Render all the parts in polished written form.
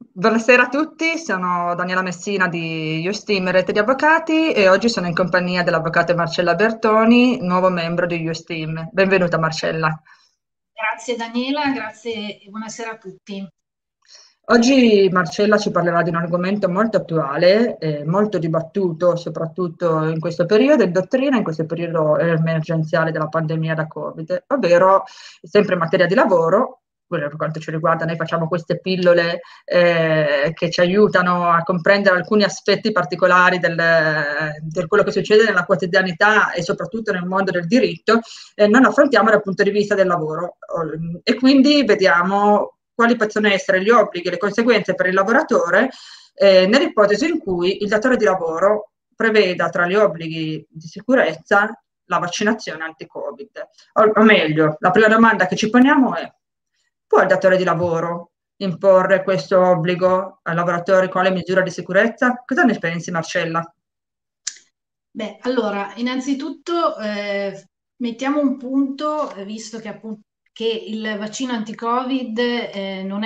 Buonasera a tutti, sono Daniela Messina di Iusteam Rete di Avvocati e oggi sono in compagnia dell'avvocato Marcella Bertoni, nuovo membro di Iusteam. Benvenuta Marcella. Grazie Daniela, grazie e buonasera a tutti. Oggi Marcella ci parlerà di un argomento molto attuale, molto dibattuto, soprattutto in questo periodo in dottrina, in questo periodo emergenziale della pandemia da Covid, ovvero sempre in materia di lavoro. Per quanto ci riguarda, noi facciamo queste pillole che ci aiutano a comprendere alcuni aspetti particolari di quello che succede nella quotidianità e soprattutto nel mondo del diritto, non affrontiamo dal punto di vista del lavoro. E quindi vediamo quali possono essere gli obblighi e le conseguenze per il lavoratore nell'ipotesi in cui il datore di lavoro preveda tra gli obblighi di sicurezza la vaccinazione anti-Covid. O meglio, la prima domanda che ci poniamo è: può il datore di lavoro imporre questo obbligo ai lavoratori con le misure di sicurezza? Cosa ne pensi, Marcella? Beh, allora, innanzitutto mettiamo un punto, visto che appunto che il vaccino anti-Covid non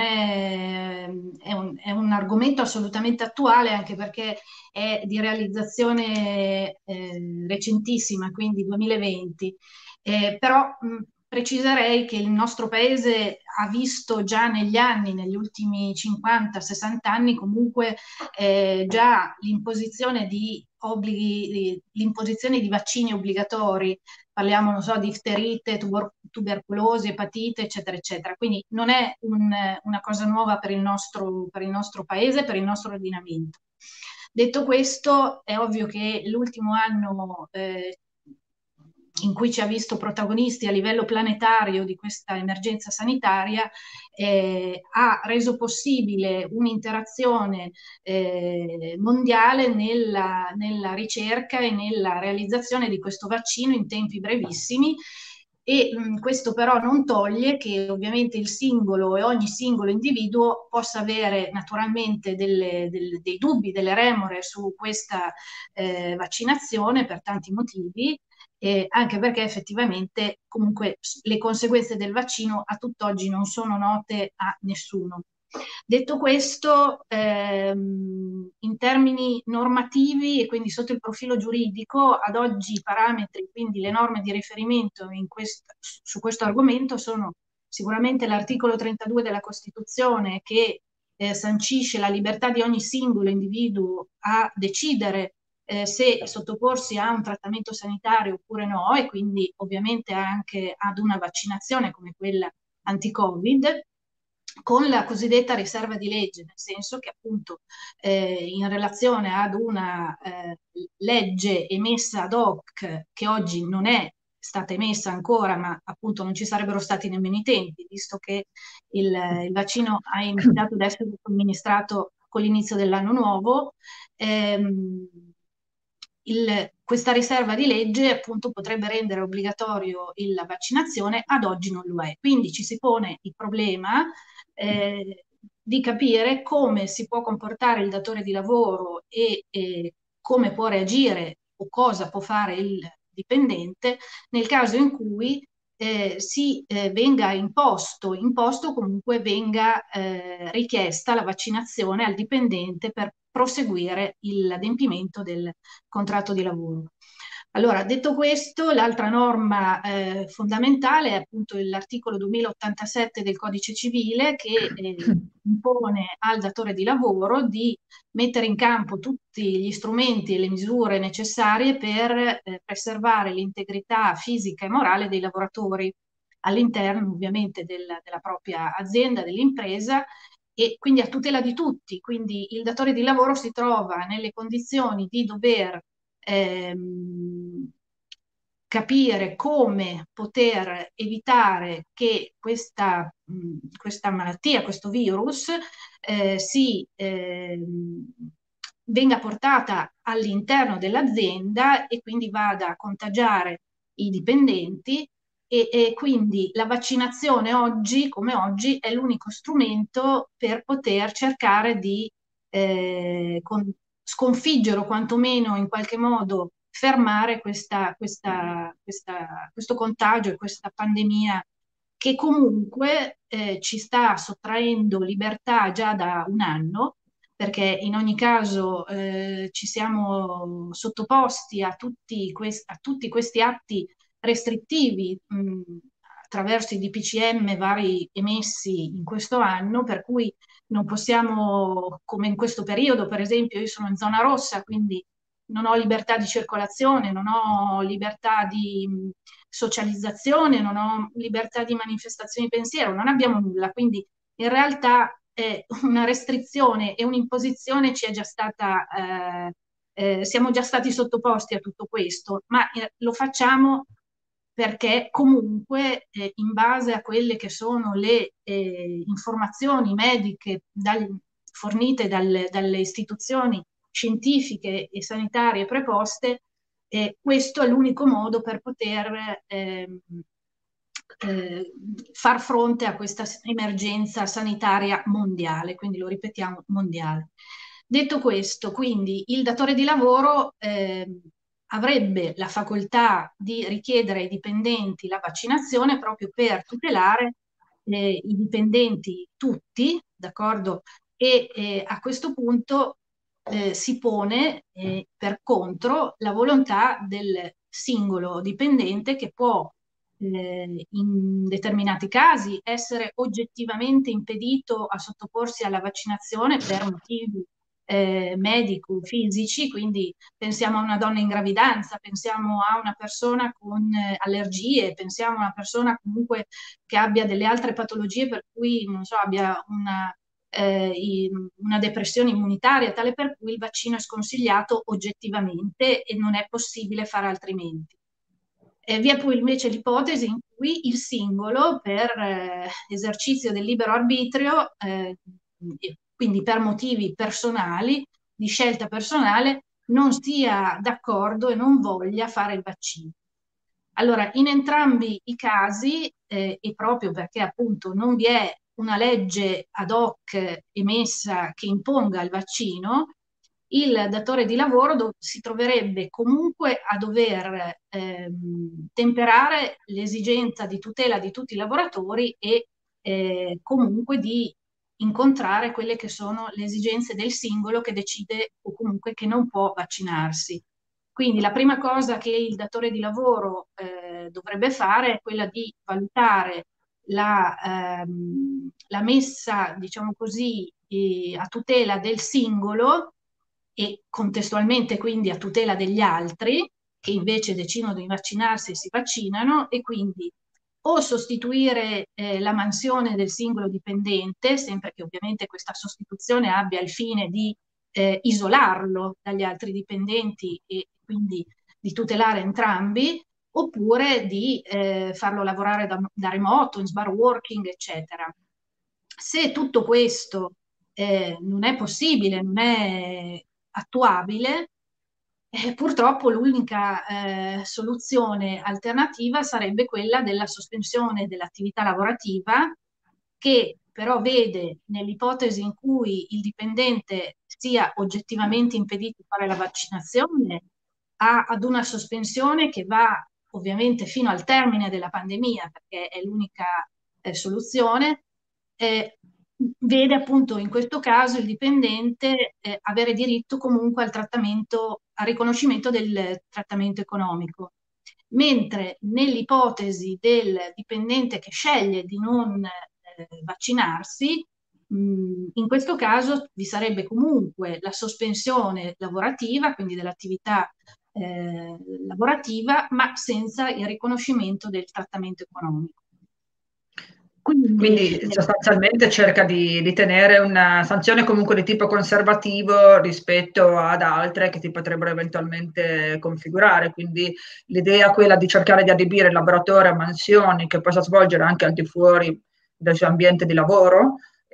è un argomento assolutamente attuale, anche perché è di realizzazione recentissima, quindi 2020. Però preciserei che il nostro paese ha visto già negli anni, negli ultimi 50-60 anni, comunque già l'imposizione di obblighi, l'imposizione di vaccini obbligatori, parliamo, non so, di difterite, tubercolosi, epatite, eccetera, eccetera. Quindi non è una cosa nuova per il nostro paese, per il nostro ordinamento. Detto questo, è ovvio che l'ultimo anno in cui ci ha visto protagonisti a livello planetario di questa emergenza sanitaria, ha reso possibile un'interazione mondiale nella ricerca e nella realizzazione di questo vaccino in tempi brevissimi. E questo però non toglie che ovviamente il singolo e ogni singolo individuo possa avere naturalmente dei dubbi, delle remore su questa vaccinazione per tanti motivi, anche perché effettivamente comunque le conseguenze del vaccino a tutt'oggi non sono note a nessuno. Detto questo, in termini normativi e quindi sotto il profilo giuridico, ad oggi i parametri, quindi le norme di riferimento su questo argomento sono sicuramente l'articolo 32 della Costituzione, che sancisce la libertà di ogni singolo individuo a decidere se sottoporsi a un trattamento sanitario oppure no, e quindi ovviamente anche ad una vaccinazione come quella anti-Covid, con la cosiddetta riserva di legge, nel senso che appunto in relazione ad una legge emessa ad hoc, che oggi non è stata emessa ancora, ma appunto non ci sarebbero stati nemmeno i tempi, visto che il vaccino ha iniziato ad essere somministrato con l'inizio dell'anno nuovo. ehm, Questa riserva di legge appunto potrebbe rendere obbligatorio la vaccinazione, ad oggi non lo è. Quindi ci si pone il problema di capire come si può comportare il datore di lavoro e come può reagire o cosa può fare il dipendente nel caso in cui venga imposto comunque venga richiesta la vaccinazione al dipendente per proseguire l'adempimento del contratto di lavoro. Allora, detto questo, l'altra norma fondamentale è appunto l'articolo 2087 del Codice Civile, che impone al datore di lavoro di mettere in campo tutti gli strumenti e le misure necessarie per preservare l'integrità fisica e morale dei lavoratori all'interno ovviamente della propria azienda, dell'impresa, e quindi a tutela di tutti. Quindi il datore di lavoro si trova nelle condizioni di dover ehm, capire come poter evitare che questa malattia, questo virus, venga portata all'interno dell'azienda e quindi vada a contagiare i dipendenti. E quindi la vaccinazione oggi, come oggi, è l'unico strumento per poter cercare di sconfiggere o quantomeno in qualche modo fermare questo contagio e questa pandemia che comunque ci sta sottraendo libertà già da un anno, perché in ogni caso ci siamo sottoposti a a tutti questi atti restrittivi attraverso i DPCM vari emessi in questo anno, per cui non possiamo, come in questo periodo, per esempio, io sono in zona rossa, quindi non ho libertà di circolazione, non ho libertà di socializzazione, non ho libertà di manifestazione di pensiero, non abbiamo nulla, quindi in realtà una restrizione e un'imposizione ci è già stata, siamo già stati sottoposti a tutto questo, ma lo facciamo perché comunque in base a quelle che sono le informazioni mediche fornite dalle istituzioni scientifiche e sanitarie preposte, questo è l'unico modo per poter far fronte a questa emergenza sanitaria mondiale, quindi lo ripetiamo, mondiale. Detto questo, quindi il datore di lavoro avrebbe la facoltà di richiedere ai dipendenti la vaccinazione proprio per tutelare i dipendenti tutti, d'accordo? E a questo punto si pone per contro la volontà del singolo dipendente che può in determinati casi essere oggettivamente impedito a sottoporsi alla vaccinazione per motivi medico-fisici, quindi pensiamo a una donna in gravidanza, pensiamo a una persona con allergie, pensiamo a una persona comunque che abbia delle altre patologie per cui, non so, abbia una depressione immunitaria, tale per cui il vaccino è sconsigliato oggettivamente e non è possibile fare altrimenti. Vi è poi invece l'ipotesi in cui il singolo, per esercizio del libero arbitrio, quindi per motivi personali, di scelta personale, non sia d'accordo e non voglia fare il vaccino. Allora, in entrambi i casi, e proprio perché appunto non vi è una legge ad hoc emessa che imponga il vaccino, il datore di lavoro si troverebbe comunque a dover temperare l'esigenza di tutela di tutti i lavoratori e comunque di incontrare quelle che sono le esigenze del singolo che decide o comunque che non può vaccinarsi. Quindi la prima cosa che il datore di lavoro dovrebbe fare è quella di valutare la messa, diciamo così, a tutela del singolo e contestualmente quindi a tutela degli altri che invece decidono di vaccinarsi e si vaccinano, e quindi o sostituire la mansione del singolo dipendente, sempre che ovviamente questa sostituzione abbia il fine di isolarlo dagli altri dipendenti e quindi di tutelare entrambi, oppure di farlo lavorare da remoto, in smart working, eccetera. Se tutto questo non è possibile, non è attuabile, purtroppo l'unica soluzione alternativa sarebbe quella della sospensione dell'attività lavorativa, che però vede nell'ipotesi in cui il dipendente sia oggettivamente impedito di fare la vaccinazione, ad una sospensione che va ovviamente fino al termine della pandemia, perché è l'unica soluzione. Vede appunto in questo caso il dipendente avere diritto comunque al trattamento, al riconoscimento del trattamento economico, mentre nell'ipotesi del dipendente che sceglie di non vaccinarsi, in questo caso vi sarebbe comunque la sospensione lavorativa, quindi dell'attività lavorativa, ma senza il riconoscimento del trattamento economico. Quindi sostanzialmente cerca di tenere una sanzione comunque di tipo conservativo rispetto ad altre che si potrebbero eventualmente configurare. Quindi l'idea è quella di cercare di adibire il lavoratore a mansioni che possa svolgere anche al di fuori del suo ambiente di lavoro,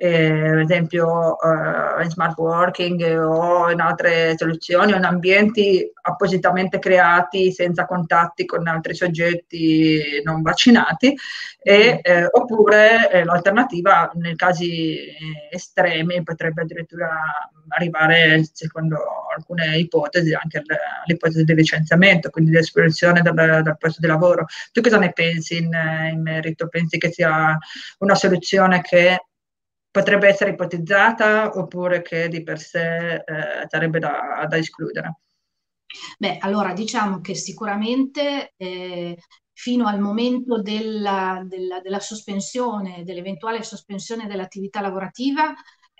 ad esempio in smart working o in altre soluzioni o in ambienti appositamente creati senza contatti con altri soggetti non vaccinati, oppure l'alternativa nei casi estremi potrebbe addirittura arrivare, secondo alcune ipotesi, anche all'ipotesi di licenziamento, quindi di espulsione dal posto di lavoro. Tu cosa ne pensi in merito? Pensi che sia una soluzione che potrebbe essere ipotizzata oppure che di per sé sarebbe da escludere? Beh, allora diciamo che sicuramente fino al momento della sospensione, dell'eventuale sospensione dell'attività lavorativa,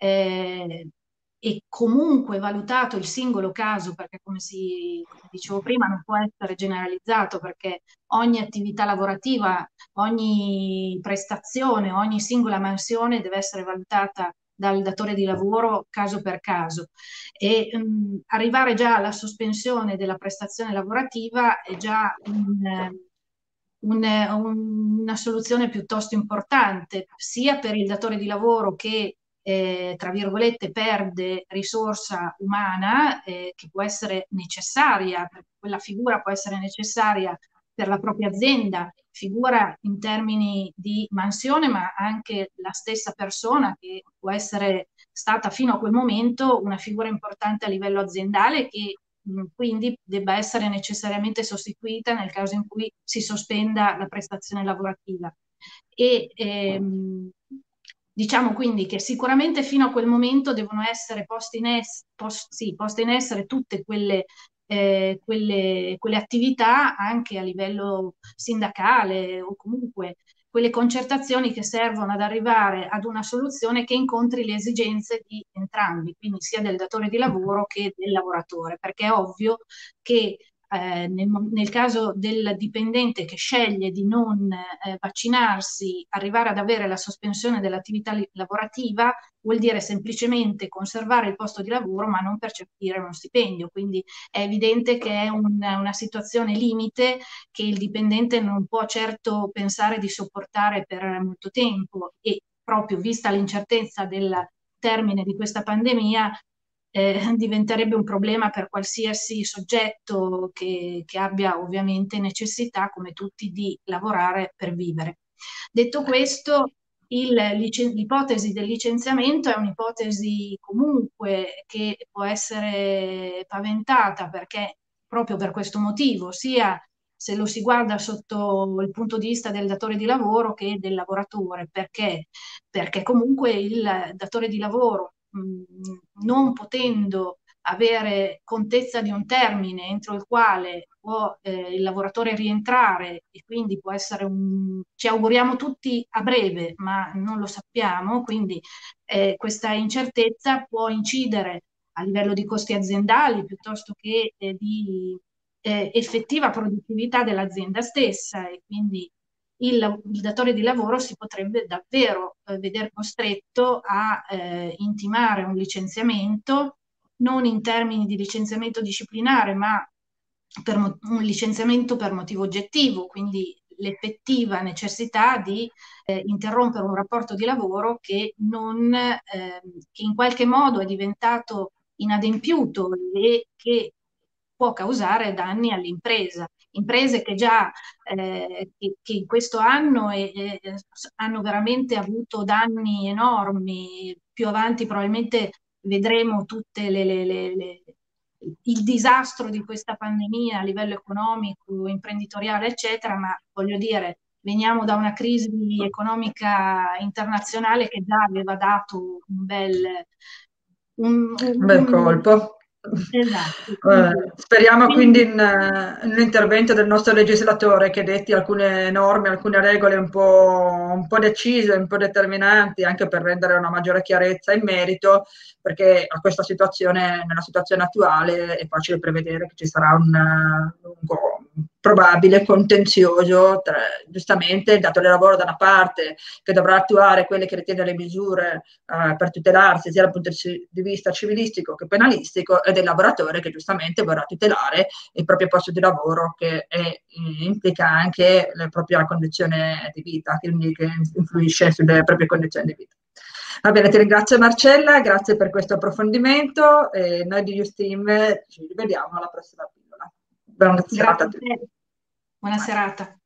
e comunque valutato il singolo caso, perché come dicevo prima, non può essere generalizzato, perché ogni attività lavorativa, ogni prestazione, ogni singola mansione deve essere valutata dal datore di lavoro caso per caso. E arrivare già alla sospensione della prestazione lavorativa è già una soluzione piuttosto importante, sia per il datore di lavoro che, tra virgolette, perde risorsa umana che può essere necessaria, perché quella figura può essere necessaria per la propria azienda, figura in termini di mansione, ma anche la stessa persona che può essere stata fino a quel momento una figura importante a livello aziendale che quindi debba essere necessariamente sostituita nel caso in cui si sospenda la prestazione lavorativa. E diciamo quindi che sicuramente fino a quel momento devono essere poste in essere tutte quelle attività anche a livello sindacale o comunque quelle concertazioni che servono ad arrivare ad una soluzione che incontri le esigenze di entrambi, quindi sia del datore di lavoro che del lavoratore, perché è ovvio che nel caso del dipendente che sceglie di non vaccinarsi, arrivare ad avere la sospensione dell'attività lavorativa vuol dire semplicemente conservare il posto di lavoro ma non percepire uno stipendio, quindi è evidente che è una situazione limite che il dipendente non può certo pensare di sopportare per molto tempo e proprio vista l'incertezza del termine di questa pandemia diventerebbe un problema per qualsiasi soggetto che abbia ovviamente necessità, come tutti, di lavorare per vivere. Detto questo, l'ipotesi del licenziamento è un'ipotesi comunque che può essere paventata perché proprio per questo motivo, sia se lo si guarda sotto il punto di vista del datore di lavoro che del lavoratore, perché comunque il datore di lavoro non potendo avere contezza di un termine entro il quale può il lavoratore rientrare e quindi può essere ci auguriamo tutti a breve, ma non lo sappiamo, quindi questa incertezza può incidere a livello di costi aziendali piuttosto che di effettiva produttività dell'azienda stessa e quindi il datore di lavoro si potrebbe davvero vedere costretto a intimare un licenziamento, non in termini di licenziamento disciplinare, ma per un licenziamento per motivo oggettivo, quindi l'effettiva necessità di interrompere un rapporto di lavoro che in qualche modo è diventato inadempiuto e che può causare danni all'impresa. Imprese che già che in questo anno hanno veramente avuto danni enormi. Più avanti probabilmente vedremo tutte il disastro di questa pandemia a livello economico, imprenditoriale, eccetera, ma voglio dire, veniamo da una crisi economica internazionale che già aveva dato un bel colpo. esatto. Speriamo quindi in un intervento del nostro legislatore che detti alcune norme, alcune regole un po' decise, un po' determinanti, anche per rendere una maggiore chiarezza in merito, perché a questa situazione, nella situazione attuale, è facile prevedere che ci sarà un probabile contenzioso tra, giustamente, il datore di lavoro da una parte che dovrà attuare quelle che ritiene le misure per tutelarsi sia dal punto di vista civilistico che penalistico, e del lavoratore che giustamente vorrà tutelare il proprio posto di lavoro che implica anche la propria condizione di vita, quindi che influisce sulle proprie condizioni di vita. Va bene, ti ringrazio Marcella, grazie per questo approfondimento e noi di Justim ci rivediamo alla prossima pillola. Buona serata Grazie a a tutti. te. Buona serata.